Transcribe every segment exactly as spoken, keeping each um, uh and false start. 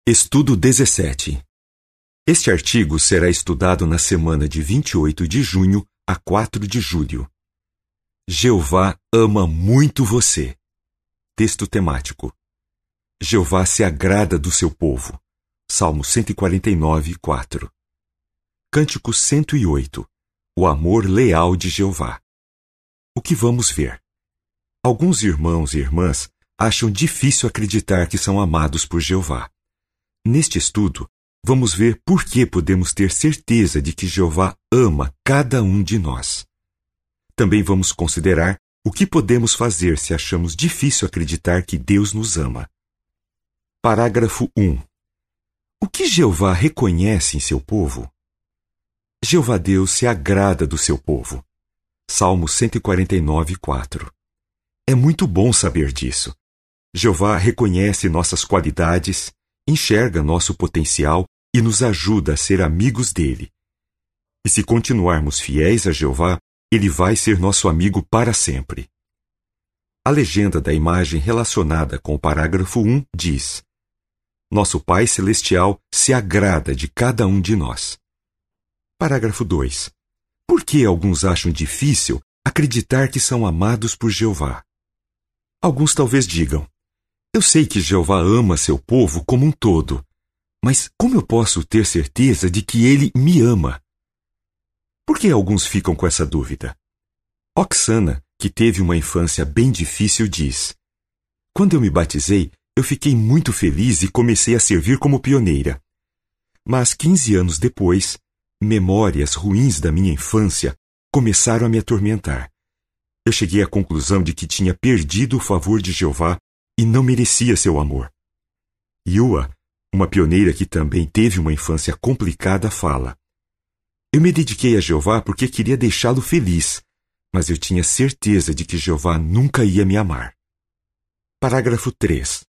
Estudo dezessete. Este artigo será estudado na semana de vinte e oito de junho a quatro de julho. Jeová ama muito você. Texto temático. Jeová se agrada do seu povo. Salmo cento e quarenta e nove, quatro. Cântico cento e oito. O amor leal de Jeová. O que vamos ver? Alguns irmãos e irmãs acham difícil acreditar que são amados por Jeová. Neste estudo, vamos ver por que podemos ter certeza de que Jeová ama cada um de nós. Também vamos considerar o que podemos fazer se achamos difícil acreditar que Deus nos ama. Parágrafo um. O que Jeová reconhece em seu povo? Jeová Deus se agrada do seu povo. Salmo cento e quarenta e nove, quatro. É muito bom saber disso. Jeová reconhece nossas qualidades, enxerga nosso potencial e nos ajuda a ser amigos dele. E se continuarmos fiéis a Jeová, ele vai ser nosso amigo para sempre. A legenda da imagem relacionada com o parágrafo um diz: Nosso Pai Celestial se agrada de cada um de nós. Parágrafo dois. Por que alguns acham difícil acreditar que são amados por Jeová? Alguns talvez digam: Eu sei que Jeová ama seu povo como um todo, mas como eu posso ter certeza de que ele me ama? Por que alguns ficam com essa dúvida? Oksana, que teve uma infância bem difícil, diz: Quando eu me batizei, eu fiquei muito feliz e comecei a servir como pioneira. Mas quinze anos depois, memórias ruins da minha infância começaram a me atormentar. Eu cheguei à conclusão de que tinha perdido o favor de Jeová e não merecia seu amor. Yua, uma pioneira que também teve uma infância complicada, fala: Eu me dediquei a Jeová porque queria deixá-lo feliz, mas eu tinha certeza de que Jeová nunca ia me amar. Parágrafo três.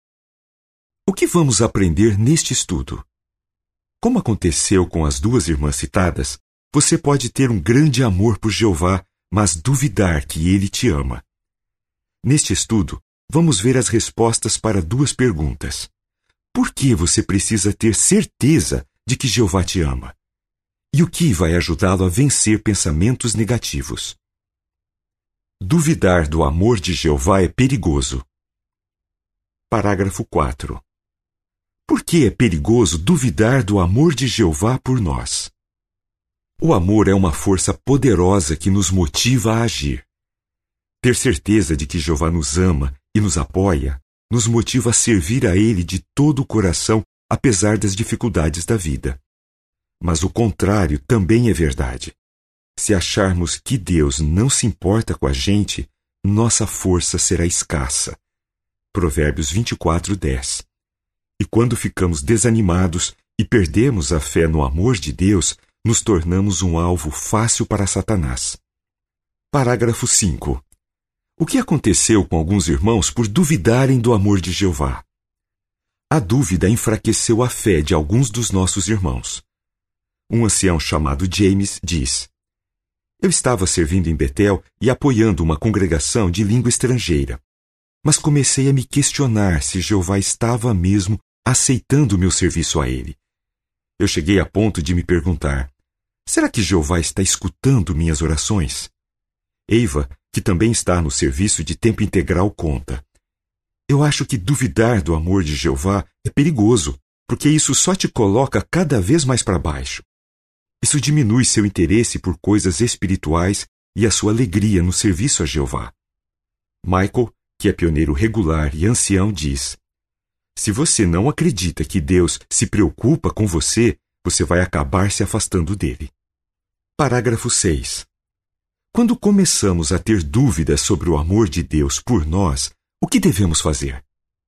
O que vamos aprender neste estudo? Como aconteceu com as duas irmãs citadas, você pode ter um grande amor por Jeová, mas duvidar que ele te ama. Neste estudo, vamos ver as respostas para duas perguntas. Por que você precisa ter certeza de que Jeová te ama? E o que vai ajudá-lo a vencer pensamentos negativos? Duvidar do amor de Jeová é perigoso. Parágrafo quatro. Por que é perigoso duvidar do amor de Jeová por nós? O amor é uma força poderosa que nos motiva a agir. Ter certeza de que Jeová nos ama e nos apoia nos motiva a servir a Ele de todo o coração, apesar das dificuldades da vida. Mas o contrário também é verdade. Se acharmos que Deus não se importa com a gente, nossa força será escassa. Provérbios vinte e quatro, dez. E quando ficamos desanimados e perdemos a fé no amor de Deus, nos tornamos um alvo fácil para Satanás. Parágrafo cinco. O que aconteceu com alguns irmãos por duvidarem do amor de Jeová? A dúvida enfraqueceu a fé de alguns dos nossos irmãos. Um ancião chamado James diz: Eu estava servindo em Betel e apoiando uma congregação de língua estrangeira, mas comecei a me questionar se Jeová estava mesmo aceitando o meu serviço a ele. Eu cheguei a ponto de me perguntar: será que Jeová está escutando minhas orações? Eva, que também está no serviço de tempo integral, conta: Eu acho que duvidar do amor de Jeová é perigoso, porque isso só te coloca cada vez mais para baixo. Isso diminui seu interesse por coisas espirituais e a sua alegria no serviço a Jeová. Michael, que é pioneiro regular e ancião, diz: Se você não acredita que Deus se preocupa com você, você vai acabar se afastando dele. Parágrafo seis. Quando começamos a ter dúvidas sobre o amor de Deus por nós, o que devemos fazer?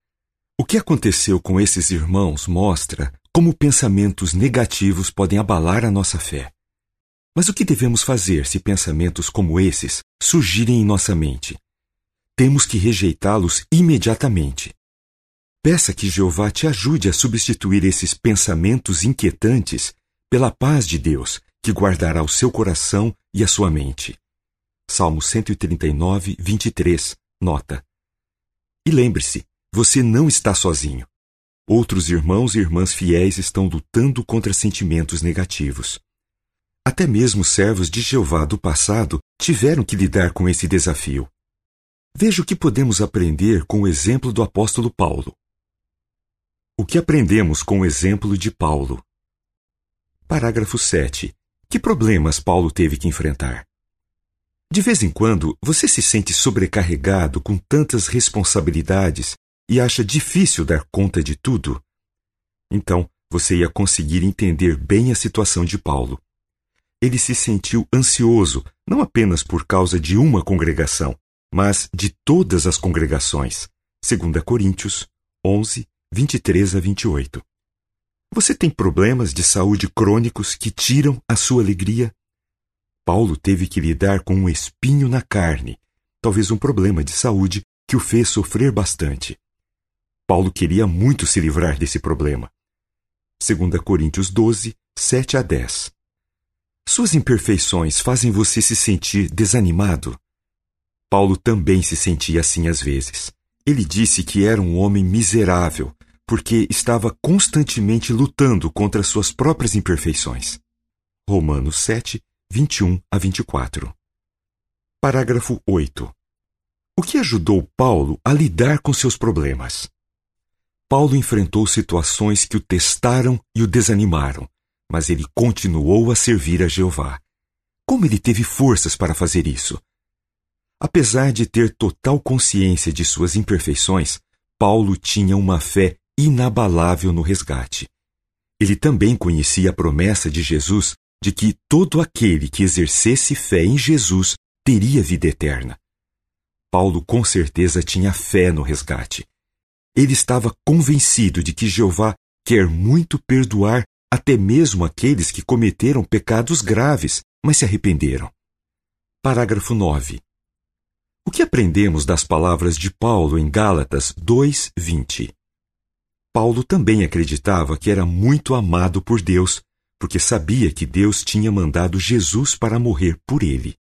O que aconteceu com esses irmãos mostra como pensamentos negativos podem abalar a nossa fé. Mas o que devemos fazer se pensamentos como esses surgirem em nossa mente? Temos que rejeitá-los imediatamente. Peça que Jeová te ajude a substituir esses pensamentos inquietantes pela paz de Deus, que guardará o seu coração e a sua mente. Salmo cento e trinta e nove, vinte e três, nota. E lembre-se, você não está sozinho. Outros irmãos e irmãs fiéis estão lutando contra sentimentos negativos. Até mesmo servos de Jeová do passado tiveram que lidar com esse desafio. Veja o que podemos aprender com o exemplo do apóstolo Paulo. O que aprendemos com o exemplo de Paulo? Parágrafo sete. Que problemas Paulo teve que enfrentar? De vez em quando, você se sente sobrecarregado com tantas responsabilidades e acha difícil dar conta de tudo? Então, você ia conseguir entender bem a situação de Paulo. Ele se sentiu ansioso, não apenas por causa de uma congregação, mas de todas as congregações. Segunda Coríntios onze, vinte e três a vinte e oito. Você tem problemas de saúde crônicos que tiram a sua alegria? Paulo teve que lidar com um espinho na carne, talvez um problema de saúde que o fez sofrer bastante. Paulo queria muito se livrar desse problema. Segunda Coríntios doze, sete a dez. Suas imperfeições fazem você se sentir desanimado? Paulo também se sentia assim às vezes. Ele disse que era um homem miserável, porque estava constantemente lutando contra suas próprias imperfeições. Romanos sete, vinte e um a vinte e quatro. Parágrafo oito. O que ajudou Paulo a lidar com seus problemas? Paulo enfrentou situações que o testaram e o desanimaram, mas ele continuou a servir a Jeová. Como ele teve forças para fazer isso? Apesar de ter total consciência de suas imperfeições, Paulo tinha uma fé inabalável no resgate. Ele também conhecia a promessa de Jesus de que todo aquele que exercesse fé em Jesus teria vida eterna. Paulo com certeza tinha fé no resgate. Ele estava convencido de que Jeová quer muito perdoar até mesmo aqueles que cometeram pecados graves, mas se arrependeram. Parágrafo nove. O que aprendemos das palavras de Paulo em Gálatas dois, vinte? Paulo também acreditava que era muito amado por Deus, porque sabia que Deus tinha mandado Jesus para morrer por ele.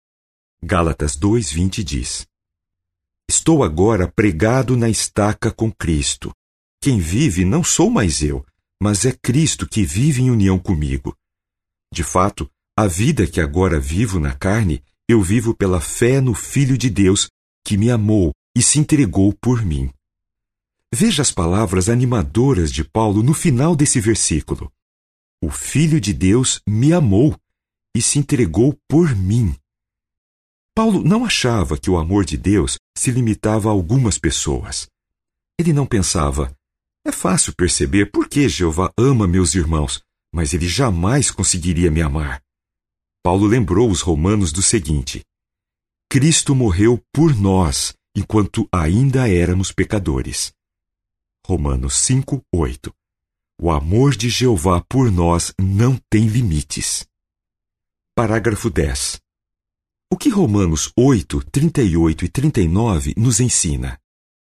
Gálatas dois, vinte diz: Estou agora pregado na estaca com Cristo. Quem vive não sou mais eu, mas é Cristo que vive em união comigo. De fato, a vida que agora vivo na carne, eu vivo pela fé no Filho de Deus, que me amou e se entregou por mim. Veja as palavras animadoras de Paulo no final desse versículo. O Filho de Deus me amou e se entregou por mim. Paulo não achava que o amor de Deus se limitava a algumas pessoas. Ele não pensava, é fácil perceber por que Jeová ama meus irmãos, mas ele jamais conseguiria me amar. Paulo lembrou os romanos do seguinte: Cristo morreu por nós, enquanto ainda éramos pecadores. Romanos cinco, oito. O amor de Jeová por nós não tem limites. Parágrafo dez. O que Romanos oito, trinta e oito e trinta e nove nos ensina?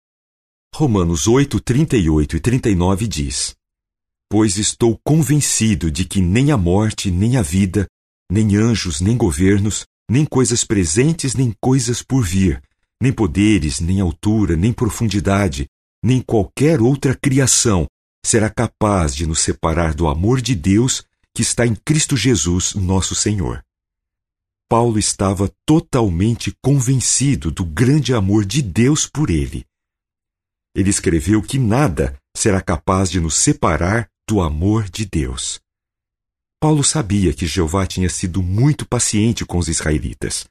Romanos oito, trinta e oito e trinta e nove diz: Pois estou convencido de que nem a morte, nem a vida, nem anjos, nem governos, nem coisas presentes, nem coisas por vir, nem poderes, nem altura, nem profundidade, nem qualquer outra criação será capaz de nos separar do amor de Deus que está em Cristo Jesus, nosso Senhor. Paulo estava totalmente convencido do grande amor de Deus por ele. Ele escreveu que nada será capaz de nos separar do amor de Deus. Paulo sabia que Jeová tinha sido muito paciente com os israelitas.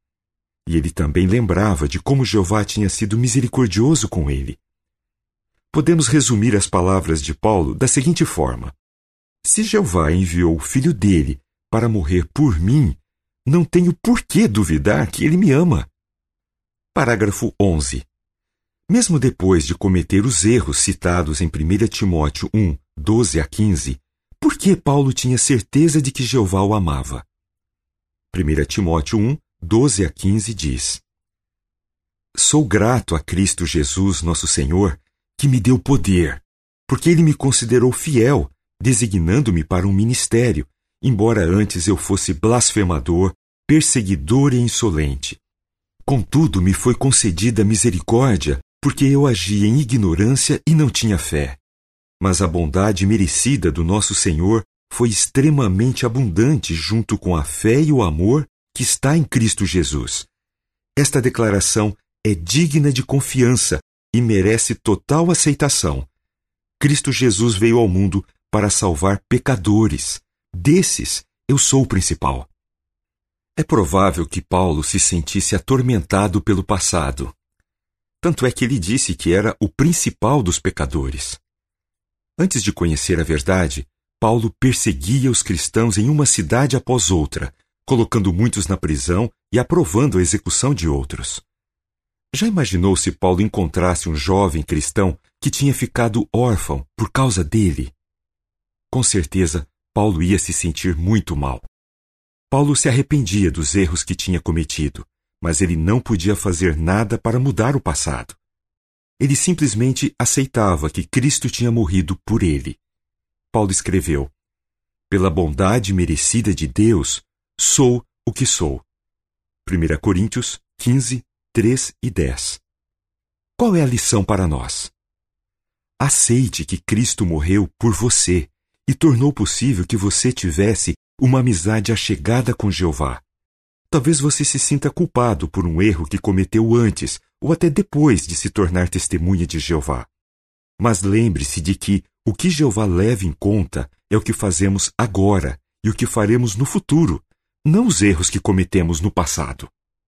E ele também lembrava de como Jeová tinha sido misericordioso com ele. Podemos resumir as palavras de Paulo da seguinte forma: se Jeová enviou o filho dele para morrer por mim, não tenho por que duvidar que ele me ama. Parágrafo onze. Mesmo depois de cometer os erros citados em primeira Timóteo um, doze a quinze, por que Paulo tinha certeza de que Jeová o amava? primeira Timóteo um, doze a quinze diz: Sou grato a Cristo Jesus, nosso Senhor, que me deu poder, porque ele me considerou fiel, designando-me para um ministério, embora antes eu fosse blasfemador, perseguidor e insolente. Contudo, me foi concedida misericórdia, porque eu agi em ignorância e não tinha fé. mas a bondade merecida do nosso Senhor foi extremamente abundante junto com a fé e o amor que está em Cristo Jesus. Esta declaração é digna de confiança e merece total aceitação. Cristo Jesus veio ao mundo para salvar pecadores. Desses, eu sou o principal. É provável que Paulo se sentisse atormentado pelo passado. Tanto é que ele disse que era o principal dos pecadores. Antes de conhecer a verdade, Paulo perseguia os cristãos em uma cidade após outra, colocando muitos na prisão e aprovando a execução de outros. Já imaginou se Paulo encontrasse um jovem cristão que tinha ficado órfão por causa dele? Com certeza, Paulo ia se sentir muito mal. Paulo se arrependia dos erros que tinha cometido, mas ele não podia fazer nada para mudar o passado. Ele simplesmente aceitava que Cristo tinha morrido por ele. Paulo escreveu: "Pela bondade merecida de Deus, sou o que sou." primeira Coríntios quinze, três e dez. Qual é a lição para nós? Aceite que Cristo morreu por você e tornou possível que você tivesse uma amizade achegada com Jeová. Talvez você se sinta culpado por um erro que cometeu antes ou até depois de se tornar testemunha de Jeová. Mas lembre-se de que o que Jeová leva em conta é o que fazemos agora e o que faremos no futuro, não os erros que cometemos no passado.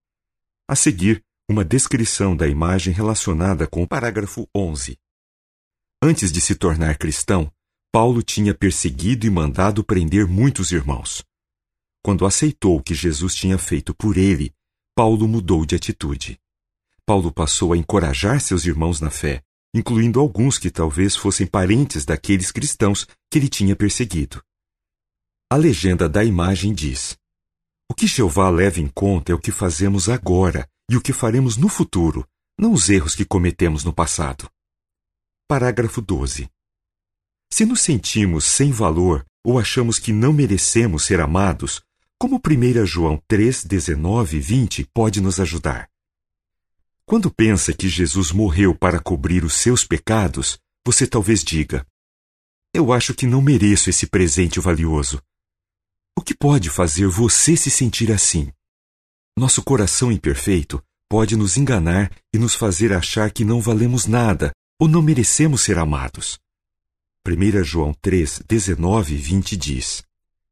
A seguir, uma descrição da imagem relacionada com o parágrafo onze. Antes de se tornar cristão, Paulo tinha perseguido e mandado prender muitos irmãos. Quando aceitou o que Jesus tinha feito por ele, Paulo mudou de atitude. Paulo passou a encorajar seus irmãos na fé, incluindo alguns que talvez fossem parentes daqueles cristãos que ele tinha perseguido. A legenda da imagem diz: "O que Jeová leva em conta é o que fazemos agora e o que faremos no futuro, não os erros que cometemos no passado." Parágrafo doze. Se nos sentimos sem valor ou achamos que não merecemos ser amados, como primeira João três, dezenove e vinte pode nos ajudar? Quando pensa que Jesus morreu para cobrir os seus pecados, você talvez diga: "Eu acho que não mereço esse presente valioso." O que pode fazer você se sentir assim? Nosso coração imperfeito pode nos enganar e nos fazer achar que não valemos nada ou não merecemos ser amados. primeira João três, dezenove e vinte diz: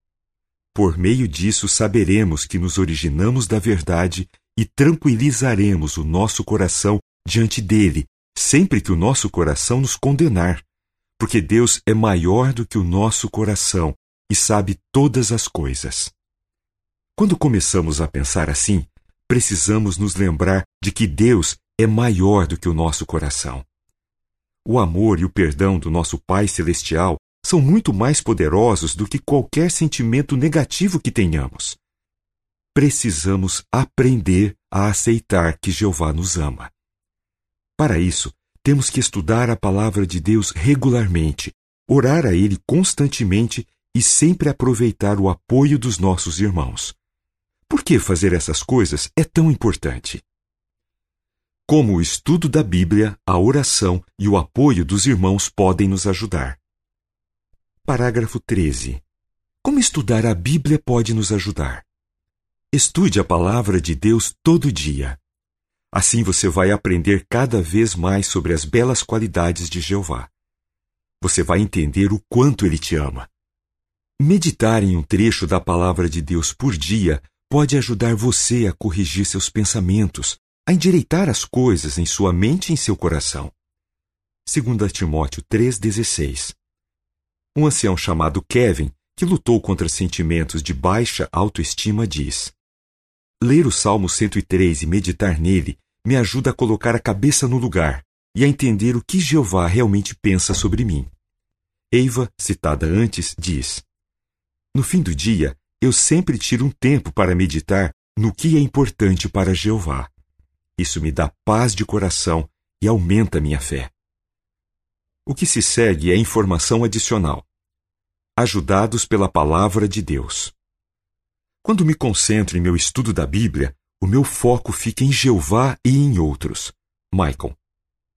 "Por meio disso saberemos que nos originamos da verdade e tranquilizaremos o nosso coração diante dele, sempre que o nosso coração nos condenar, porque Deus é maior do que o nosso coração e sabe todas as coisas." Quando começamos a pensar assim, precisamos nos lembrar de que Deus é maior do que o nosso coração. O amor e o perdão do nosso Pai Celestial são muito mais poderosos do que qualquer sentimento negativo que tenhamos. Precisamos aprender a aceitar que Jeová nos ama. Para isso, temos que estudar a palavra de Deus regularmente, orar a Ele constantemente e sempre aproveitar o apoio dos nossos irmãos. Por que fazer essas coisas é tão importante? Como o estudo da Bíblia, a oração e o apoio dos irmãos podem nos ajudar. Parágrafo treze. Como estudar a Bíblia pode nos ajudar? Estude a palavra de Deus todo dia. Assim você vai aprender cada vez mais sobre as belas qualidades de Jeová. Você vai entender o quanto Ele te ama. Meditar em um trecho da palavra de Deus por dia pode ajudar você a corrigir seus pensamentos, a endireitar as coisas em sua mente e em seu coração. segunda Timóteo três, dezesseis. Um ancião chamado Kevin, que lutou contra sentimentos de baixa autoestima, diz: "Ler o Salmo cento e três e meditar nele me ajuda a colocar a cabeça no lugar e a entender o que Jeová realmente pensa sobre mim." Eiva, citada antes, diz: "No fim do dia, eu sempre tiro um tempo para meditar no que é importante para Jeová. Isso me dá paz de coração e aumenta minha fé." O que se segue é informação adicional. Ajudados pela Palavra de Deus. Quando me concentro em meu estudo da Bíblia, o meu foco fica em Jeová e em outros. Michael.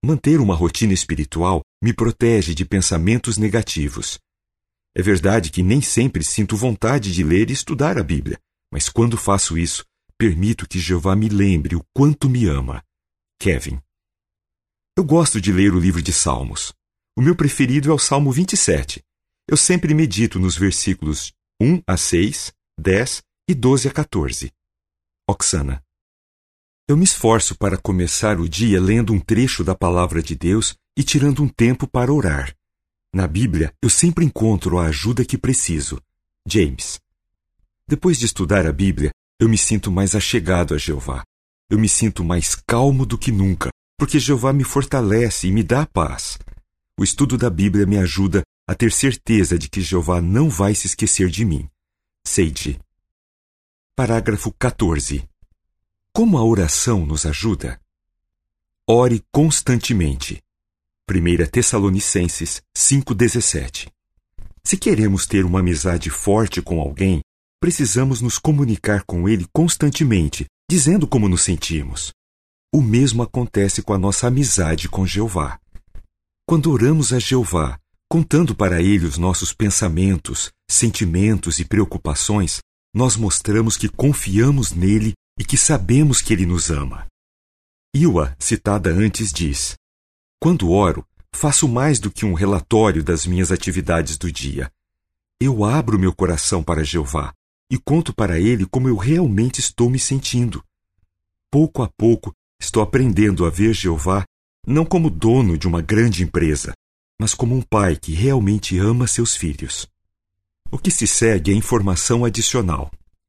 Manter uma rotina espiritual me protege de pensamentos negativos. É verdade que nem sempre sinto vontade de ler e estudar a Bíblia, mas quando faço isso, permito que Jeová me lembre o quanto me ama. Kevin. Eu gosto de ler o livro de Salmos. O meu preferido é o Salmo vinte e sete. Eu sempre medito nos versículos um a seis, dez e doze a quatorze. Oksana. Eu me esforço para começar o dia lendo um trecho da Palavra de Deus e tirando um tempo para orar. Na Bíblia, eu sempre encontro a ajuda que preciso. James. Depois de estudar a Bíblia, eu me sinto mais achegado a Jeová. Eu me sinto mais calmo do que nunca, porque Jeová me fortalece e me dá paz. O estudo da Bíblia me ajuda a ter certeza de que Jeová não vai se esquecer de mim. Seiji. Parágrafo quatorze. Como a oração nos ajuda? Ore constantemente. primeira Tessalonicenses cinco, dezessete. Se queremos ter uma amizade forte com alguém, precisamos nos comunicar com ele constantemente, dizendo como nos sentimos. O mesmo acontece com a nossa amizade com Jeová. Quando oramos a Jeová, contando para ele os nossos pensamentos, sentimentos e preocupações, nós mostramos que confiamos nele e que sabemos que ele nos ama. Iwa, citada antes, diz: Quando oro, faço mais do que um relatório das minhas atividades do dia. Eu abro meu coração para Jeová e conto para ele como eu realmente estou me sentindo. Pouco a pouco, estou aprendendo a ver Jeová não como dono de uma grande empresa, mas como um pai que realmente ama seus filhos. O que se segue é informação adicional.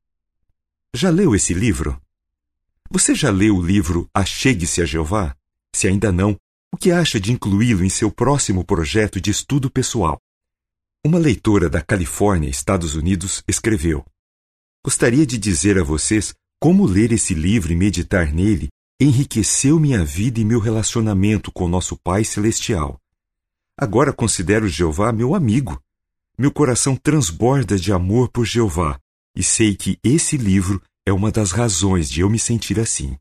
Já leu esse livro? Você já leu o livro Achegue-se a Jeová? Se ainda não, o que acha de incluí-lo em seu próximo projeto de estudo pessoal? Uma leitora da Califórnia, Estados Unidos, escreveu: Gostaria de dizer a vocês como ler esse livro e meditar nele enriqueceu minha vida e meu relacionamento com nosso Pai Celestial. Agora considero Jeová meu amigo. Meu coração transborda de amor por Jeová e sei que esse livro é uma das razões de eu me sentir assim.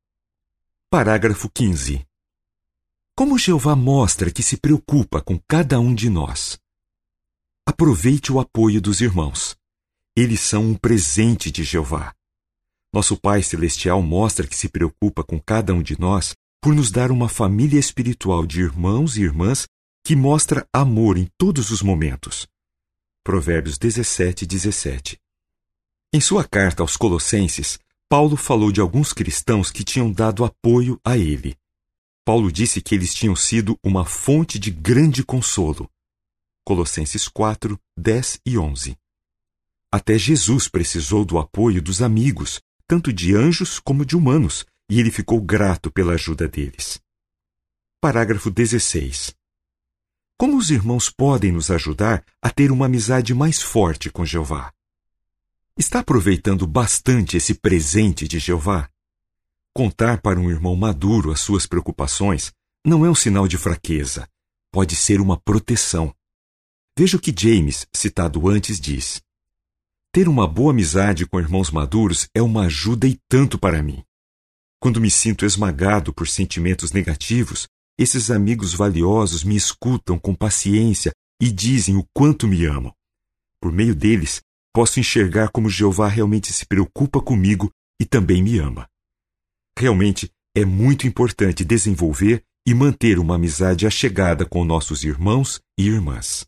Parágrafo quinze. Como Jeová mostra que se preocupa com cada um de nós? Aproveite o apoio dos irmãos. Eles são um presente de Jeová. Nosso Pai Celestial mostra que se preocupa com cada um de nós por nos dar uma família espiritual de irmãos e irmãs que mostra amor em todos os momentos. Provérbios dezessete, dezessete. Em sua carta aos Colossenses, Paulo falou de alguns cristãos que tinham dado apoio a ele. Paulo disse que eles tinham sido uma fonte de grande consolo. Colossenses quatro, dez e onze. Até Jesus precisou do apoio dos amigos, tanto de anjos como de humanos, e ele ficou grato pela ajuda deles. Parágrafo dezesseis. Como os irmãos podem nos ajudar a ter uma amizade mais forte com Jeová? Está aproveitando bastante esse presente de Jeová? Contar para um irmão maduro as suas preocupações não é um sinal de fraqueza. Pode ser uma proteção. Veja o que James, citado antes, diz. Ter uma boa amizade com irmãos maduros é uma ajuda e tanto para mim. Quando me sinto esmagado por sentimentos negativos, esses amigos valiosos me escutam com paciência e dizem o quanto me amam. Por meio deles, posso enxergar como Jeová realmente se preocupa comigo e também me ama. Realmente, é muito importante desenvolver e manter uma amizade achegada com nossos irmãos e irmãs.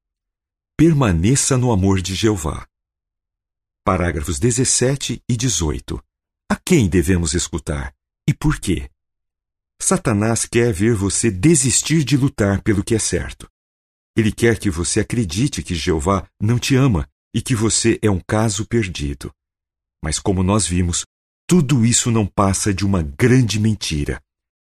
Permaneça no amor de Jeová. Parágrafos dezessete e dezoito. A quem devemos escutar? E por quê? Satanás quer ver você desistir de lutar pelo que é certo. Ele quer que você acredite que Jeová não te ama e que você é um caso perdido. Mas como nós vimos, tudo isso não passa de uma grande mentira.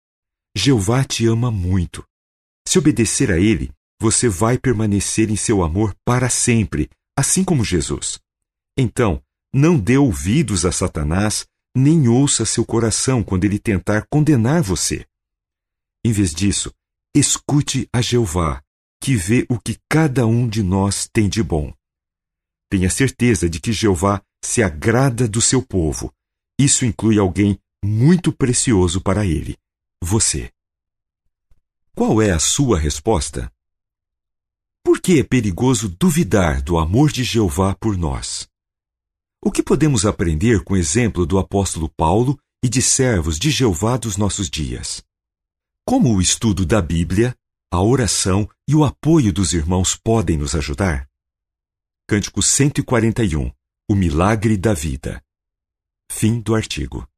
Jeová te ama muito. Se obedecer a ele, você vai permanecer em seu amor para sempre, assim como Jesus. Então, não dê ouvidos a Satanás, nem ouça seu coração quando ele tentar condenar você. Em vez disso, escute a Jeová, que vê o que cada um de nós tem de bom. Tenha certeza de que Jeová se agrada do seu povo. Isso inclui alguém muito precioso para ele, você. Qual é a sua resposta? Por que é perigoso duvidar do amor de Jeová por nós? O que podemos aprender com o exemplo do apóstolo Paulo e de servos de Jeová dos nossos dias? Como o estudo da Bíblia, a oração e o apoio dos irmãos podem nos ajudar? Cântico cento e quarenta e um. O milagre da vida. Fim do artigo.